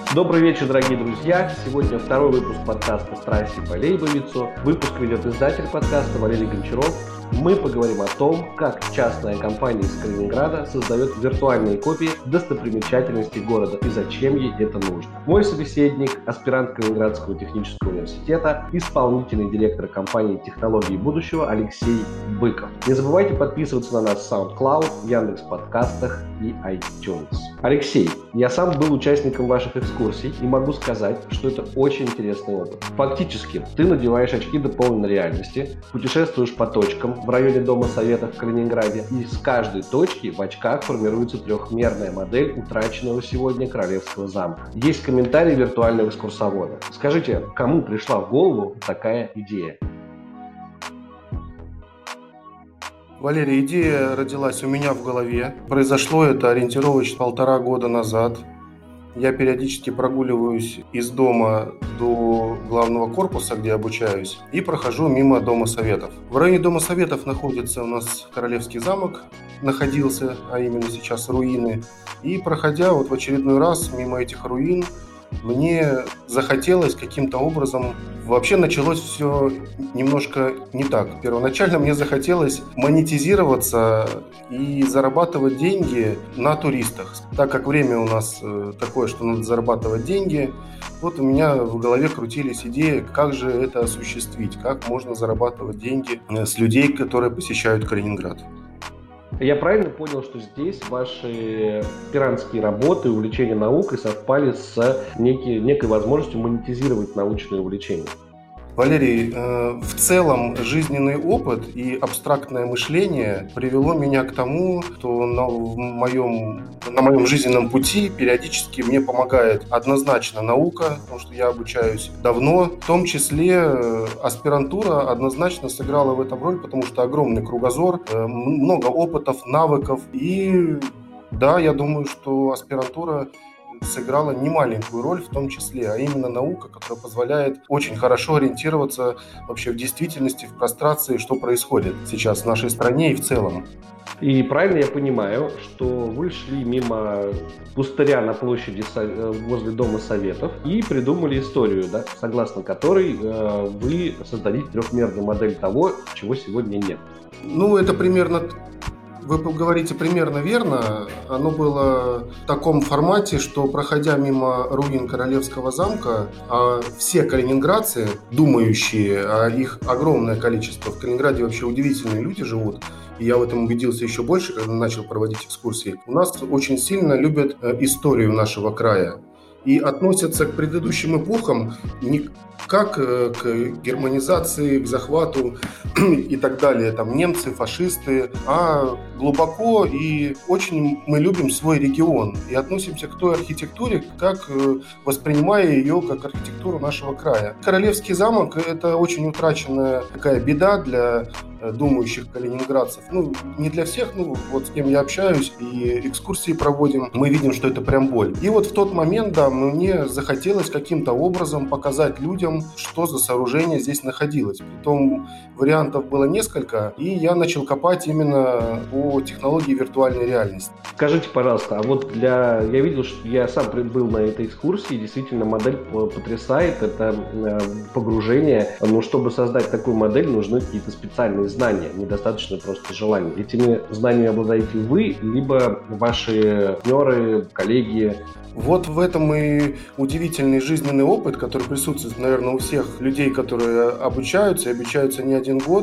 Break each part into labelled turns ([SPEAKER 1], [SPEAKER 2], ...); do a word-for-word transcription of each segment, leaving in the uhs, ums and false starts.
[SPEAKER 1] Добрый вечер, дорогие друзья! Сегодня второй выпуск подкаста «Страсти по Лейбовицу». Выпуск ведет издатель подкаста Валерий Гончаров. Мы поговорим о том, как частная компания из Калининграда создает виртуальные копии достопримечательностей города и зачем ей это нужно. Мой собеседник – аспирант Калининградского технического университета, исполнительный директор компании «Технологии будущего» Алексей Быков. Не забывайте подписываться на нас в SoundCloud, Яндекс.Подкастах и iTunes. Алексей, я сам был участником ваших экскурсий и могу сказать, что это очень интересный опыт. Фактически, ты надеваешь очки дополненной реальности, путешествуешь по точкам в районе Дома Советов в Калининграде, и с каждой точки в очках формируется трехмерная модель утраченного сегодня Королевского замка. Есть комментарий виртуального экскурсовода. Скажите, кому пришла в голову такая идея?
[SPEAKER 2] Валерий, идея родилась у меня в голове. Произошло это ориентировочно полтора года назад. Я периодически прогуливаюсь из дома до главного корпуса, где обучаюсь, и прохожу мимо Дома Советов. В районе Дома Советов находится у нас Королевский замок, находился, а именно сейчас руины. И проходя вот в очередной раз мимо этих руин, мне захотелось каким-то образом... Вообще началось все немножко не так. Первоначально мне захотелось монетизироваться и зарабатывать деньги на туристах. Так как время у нас такое, что надо зарабатывать деньги, вот у меня в голове крутились идеи, как же это осуществить, как можно зарабатывать деньги с людей, которые посещают Калининград.
[SPEAKER 1] Я правильно понял, что здесь ваши аспирантские работы, увлечения наукой совпали с некой, некой возможностью монетизировать научные увлечения?
[SPEAKER 2] Валерий, в целом жизненный опыт и абстрактное мышление привело меня к тому, что на моем, на моем жизненном пути периодически мне помогает однозначно наука, потому что я обучаюсь давно. В том числе аспирантура однозначно сыграла в этом роль, потому что огромный кругозор, много опытов, навыков. И да, я думаю, что аспирантура сыграла немаленькую роль в том числе, а именно наука, которая позволяет очень хорошо ориентироваться вообще в действительности, в прострации, что происходит сейчас в нашей стране и в целом.
[SPEAKER 1] И правильно я понимаю, что вы шли мимо пустыря на площади возле Дома Советов и придумали историю, да, согласно которой э, вы создадите трехмерную модель того, чего сегодня нет?
[SPEAKER 2] Ну, это примерно... Вы говорите примерно верно. Оно было в таком формате, что, проходя мимо руин Королевского замка, все калининградцы, думающие, а их огромное количество, в Калининграде вообще удивительные люди живут, и я в этом убедился еще больше, когда начал проводить экскурсии, у нас очень сильно любят историю нашего края и относятся к предыдущим эпохам не как к германизации, к захвату и так далее, там немцы, фашисты, а глубоко, и очень мы любим свой регион и относимся к той архитектуре, как воспринимая ее как архитектуру нашего края. Королевский замок – это очень утраченная такая беда для думающих калининградцев. Ну, не для всех, ну, вот с кем я общаюсь и экскурсии проводим, мы видим, что это прям боль. И вот в тот момент, да, мне захотелось каким-то образом показать людям, что за сооружение здесь находилось. Притом вариантов было несколько, и я начал копать именно по технологии виртуальной реальности.
[SPEAKER 1] Скажите, пожалуйста, а вот для... Я видел, что я сам был на этой экскурсии, действительно модель потрясает, это погружение, но чтобы создать такую модель, нужны какие-то специальные знания, недостаточно просто желания. Этими знаниями обладаете вы, либо ваши партнеры, коллеги?
[SPEAKER 2] Вот в этом и удивительный жизненный опыт, который присутствует, наверное, у всех людей, которые обучаются и обучаются не один год.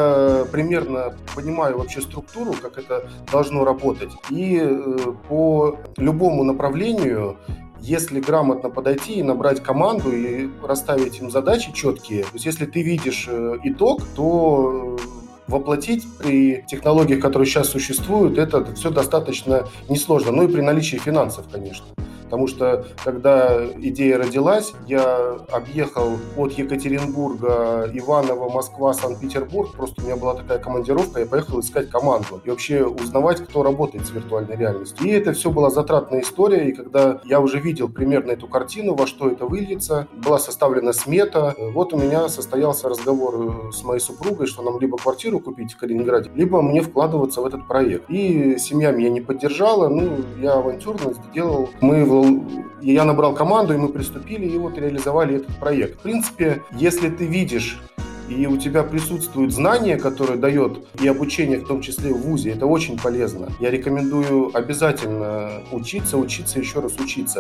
[SPEAKER 2] Я примерно понимаю вообще структуру, как это должно работать. И по любому направлению, если грамотно подойти и набрать команду и расставить им задачи четкие, то есть если ты видишь итог, то воплотить при технологиях, которые сейчас существуют, это все достаточно несложно. Ну и при наличии финансов, конечно. Потому что, когда идея родилась, я объехал от Екатеринбурга, Иваново, Москва, Санкт-Петербург. Просто у меня была такая командировка, я поехал искать команду и вообще узнавать, кто работает с виртуальной реальностью. И это все была затратная история. И когда я уже видел примерно эту картину, во что это выльется, была составлена смета. Вот у меня состоялся разговор с моей супругой, что нам либо квартиру купить в Калининграде, либо мне вкладываться в этот проект. И семья меня не поддержала. Ну, я авантюрно сделал. Мы я набрал команду, и мы приступили, и вот реализовали этот проект. В принципе, если ты видишь, и у тебя присутствуют знания, которые дает и обучение, в том числе в вузе, это очень полезно. Я рекомендую обязательно учиться, учиться, еще раз учиться.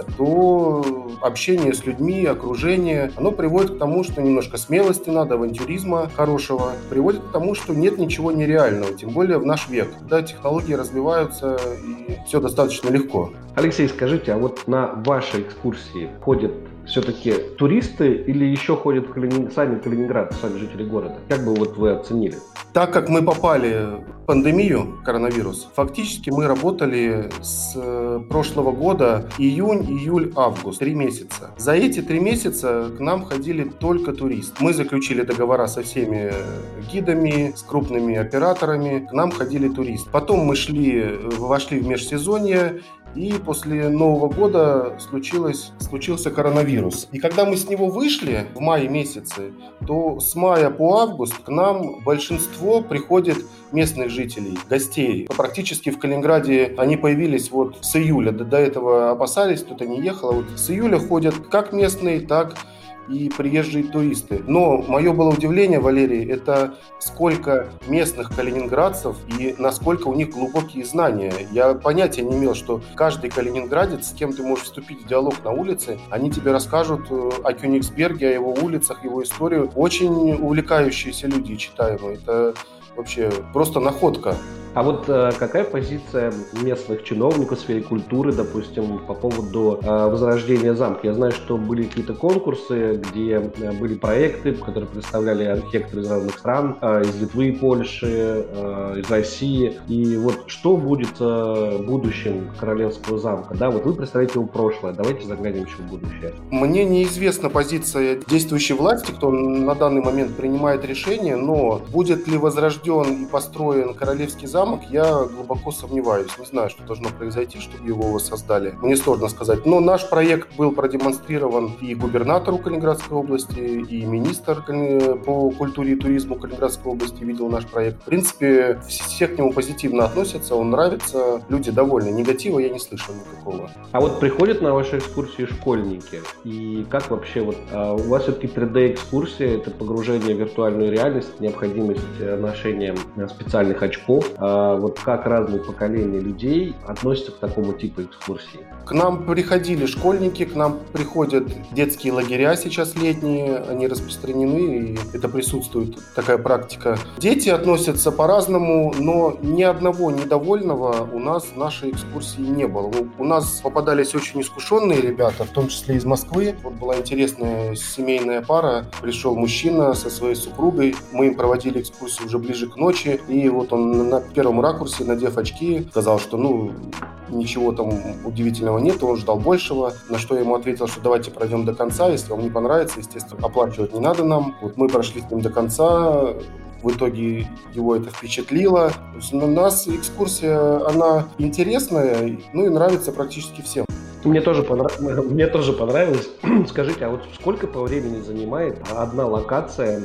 [SPEAKER 2] То общение с людьми, окружение, оно приводит к тому, что немножко смелости надо, авантюризма хорошего, приводит к тому, что нет ничего нереального, тем более в наш век, когда технологии развиваются и все достаточно легко.
[SPEAKER 1] Алексей, скажите, а вот на вашей экскурсии ходят все-таки туристы или еще ходят в Калинин... сами Калининград, сами жители города? Как бы вот вы оценили?
[SPEAKER 2] Так как мы попали в пандемию, коронавирус, фактически мы работали с прошлого года июнь, июль, август, три месяца. За эти три месяца к нам ходили только туристы. Мы заключили договора со всеми гидами, с крупными операторами, к нам ходили туристы. Потом мы шли, вошли в межсезонье, и после Нового года случилось, случился коронавирус. И когда мы с него вышли в мае месяце, то с мая по август к нам большинство приходит местных жителей, гостей. Практически в Калининграде они появились вот с июля. До, до этого опасались, кто-то не ехал. Вот с июля ходят как местные, так и приезжие туристы. Но мое было удивление, Валерий, это сколько местных калининградцев и насколько у них глубокие знания. Я понятия не имел, что каждый калининградец, с кем ты можешь вступить в диалог на улице, они тебе расскажут о Кёнигсберге, о его улицах, его историю. Очень увлекающиеся люди, читаемые. Это вообще просто находка.
[SPEAKER 1] А вот э, какая позиция местных чиновников в сфере культуры, допустим, по поводу э, возрождения замка? Я знаю, что были какие-то конкурсы, где э, были проекты, которые представляли архитекторы из разных стран, э, из Литвы, Польши, э, из России. И вот что будет э, будущим Королевского замка? Да, вот вы представляете его прошлое, давайте заглянем еще в будущее.
[SPEAKER 2] Мне неизвестна позиция действующей власти, кто на данный момент принимает решение, но будет ли возрожден и построен Королевский замок, я глубоко сомневаюсь. Не знаю, что должно произойти, чтобы его воссоздали. Мне сложно сказать. Но наш проект был продемонстрирован и губернатору Калининградской области, и министр по культуре и туризму Калининградской области видел наш проект. В принципе, все к нему позитивно относятся, он нравится, люди довольны. Негатива я не слышал никакого.
[SPEAKER 1] А вот приходят на ваши экскурсии школьники, и как вообще вот а у вас все-таки три дэ-экскурсия, это погружение в виртуальную реальность, необходимость ношения специальных очков. Вот как разные поколения людей относятся к такому типу экскурсий?
[SPEAKER 2] К нам приходили школьники, к нам приходят детские лагеря сейчас летние, они распространены, и это присутствует такая практика. Дети относятся по-разному, но ни одного недовольного у нас в нашей экскурсии не было. У нас попадались очень искушенные ребята, в том числе из Москвы. Вот была интересная семейная пара, пришел мужчина со своей супругой, мы им проводили экскурсию уже ближе к ночи, и вот он на первом ракурсе, надев очки, сказал, что ну ничего там удивительного нет, он ждал большего, на что я ему ответил, что давайте пройдем до конца, если вам не понравится, естественно, оплачивать не надо нам. Вот мы прошли с ним до конца, в итоге его это впечатлило. То есть на нас экскурсия, она интересная, ну и нравится практически всем.
[SPEAKER 1] Мне тоже, понрав... Мне тоже понравилось. Скажите, а вот сколько по времени занимает одна локация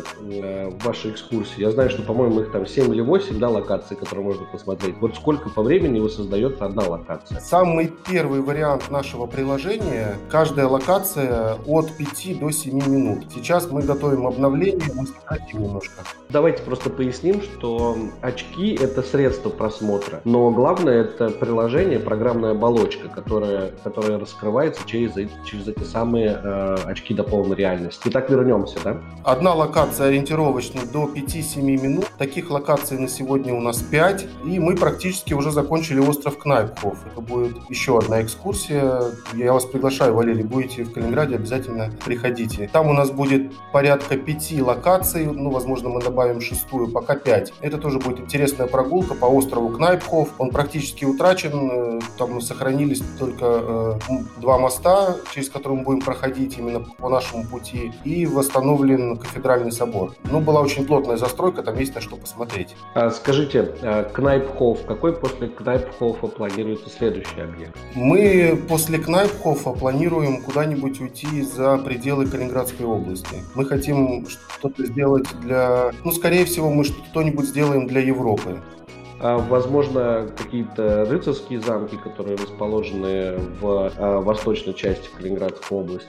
[SPEAKER 1] в вашей экскурсии? Я знаю, что, по-моему, их там семь или восемь, да, локаций, которые можно посмотреть. Вот сколько по времени вы создается одна локация?
[SPEAKER 2] Самый первый вариант нашего приложения, каждая локация от пяти до семи минут. Сейчас мы готовим обновление, мы сократим немножко.
[SPEAKER 1] Давайте просто поясним, что очки — это средство просмотра, но главное — это приложение, программная оболочка, которая, которая раскрывается через, через эти самые э, очки до полной реальности. Итак, вернемся, да?
[SPEAKER 2] Одна локация ориентировочно до пяти-семи минут. Таких локаций на сегодня у нас пять. И мы практически уже закончили остров Кнайпхоф. Это будет еще одна экскурсия. Я вас приглашаю, Валерий, будете в Калининграде, обязательно приходите. Там у нас будет порядка пяти локаций. Ну, возможно, мы добавим шестую, пока пять. Это тоже будет интересная прогулка по острову Кнайпхоф. Он практически утрачен. Там сохранились только два моста, через которые мы будем проходить именно по нашему пути, и восстановлен кафедральный собор. Ну, была очень плотная застройка, там есть на что посмотреть.
[SPEAKER 1] А скажите, Кнайпхоф, какой после Кнайпхофа планируется следующий объект?
[SPEAKER 2] Мы после Кнайпхофа планируем куда-нибудь уйти за пределы Калининградской области. Мы хотим что-то сделать для... Ну, скорее всего, мы что-нибудь сделаем для Европы.
[SPEAKER 1] а, возможно, какие-то рыцарские замки, которые расположены в а, восточной части Калининградской области?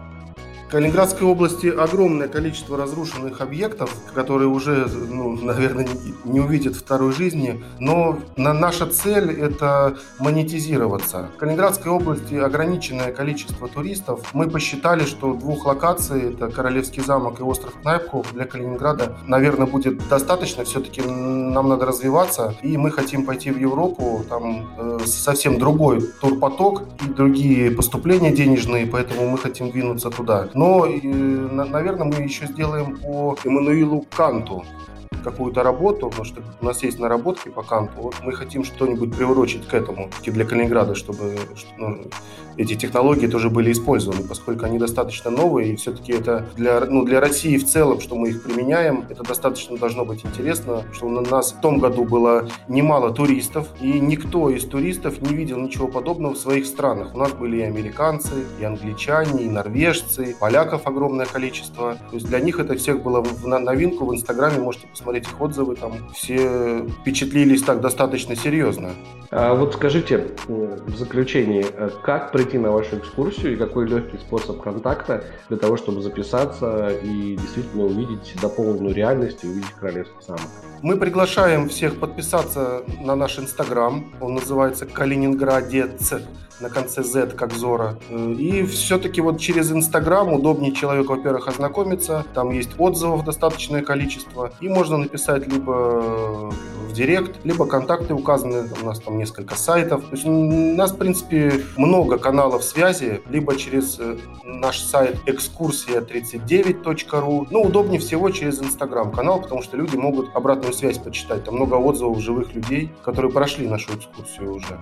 [SPEAKER 2] В Калининградской области огромное количество разрушенных объектов, которые уже, ну, наверное, не, не увидят второй жизни, но на, наша цель – это монетизироваться. В Калининградской области ограниченное количество туристов. Мы посчитали, что двух локаций – это Королевский замок и остров Кнайпков – для Калининграда, наверное, будет достаточно. Все-таки нам надо развиваться, и мы хотим пойти в Европу. Там э, совсем другой турпоток и другие поступления денежные, поэтому мы хотим двинуться туда. Но, наверное, мы еще сделаем по Эммануилу Канту какую-то работу, потому что у нас есть наработки по Канту. Вот мы хотим что-нибудь приурочить к этому для Калининграда, чтобы ну, эти технологии тоже были использованы, поскольку они достаточно новые, и все-таки это для, ну, для России в целом, что мы их применяем, это достаточно должно быть интересно, что у нас в том году было немало туристов, и никто из туристов не видел ничего подобного в своих странах. У нас были и американцы, и англичане, и норвежцы, поляков огромное количество. То есть для них это всех было в новинку. В Инстаграме можете посмотреть их отзывы, там все впечатлились так достаточно серьезно.
[SPEAKER 1] А вот скажите в заключении, как прийти на вашу экскурсию и какой легкий способ контакта для того, чтобы записаться и действительно увидеть дополненную реальность и увидеть Королевский замок?
[SPEAKER 2] Мы приглашаем всех подписаться на наш Инстаграм. Он называется Калининградец, на конце Z, как Зора. И все-таки вот через Инстаграм удобнее человеку, во-первых, ознакомиться. Там есть отзывов достаточное количество. И можно написать либо в директ, либо контакты указаны. У нас там несколько сайтов. То есть у нас, в принципе, много каналов связи. Либо через наш сайт экскурсия тридцать девять точка ру. Но удобнее всего через Инстаграм-канал, потому что люди могут обратную связь почитать. Там много отзывов живых людей, которые прошли нашу экскурсию уже.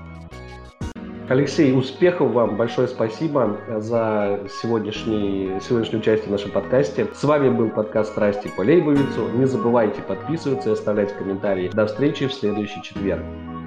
[SPEAKER 1] Алексей, успехов вам, большое спасибо за сегодняшний, сегодняшнее участие в нашем подкасте. С вами был подкаст «Страсти по Лейбовицу». Не забывайте подписываться и оставлять комментарии. До встречи в следующий четверг.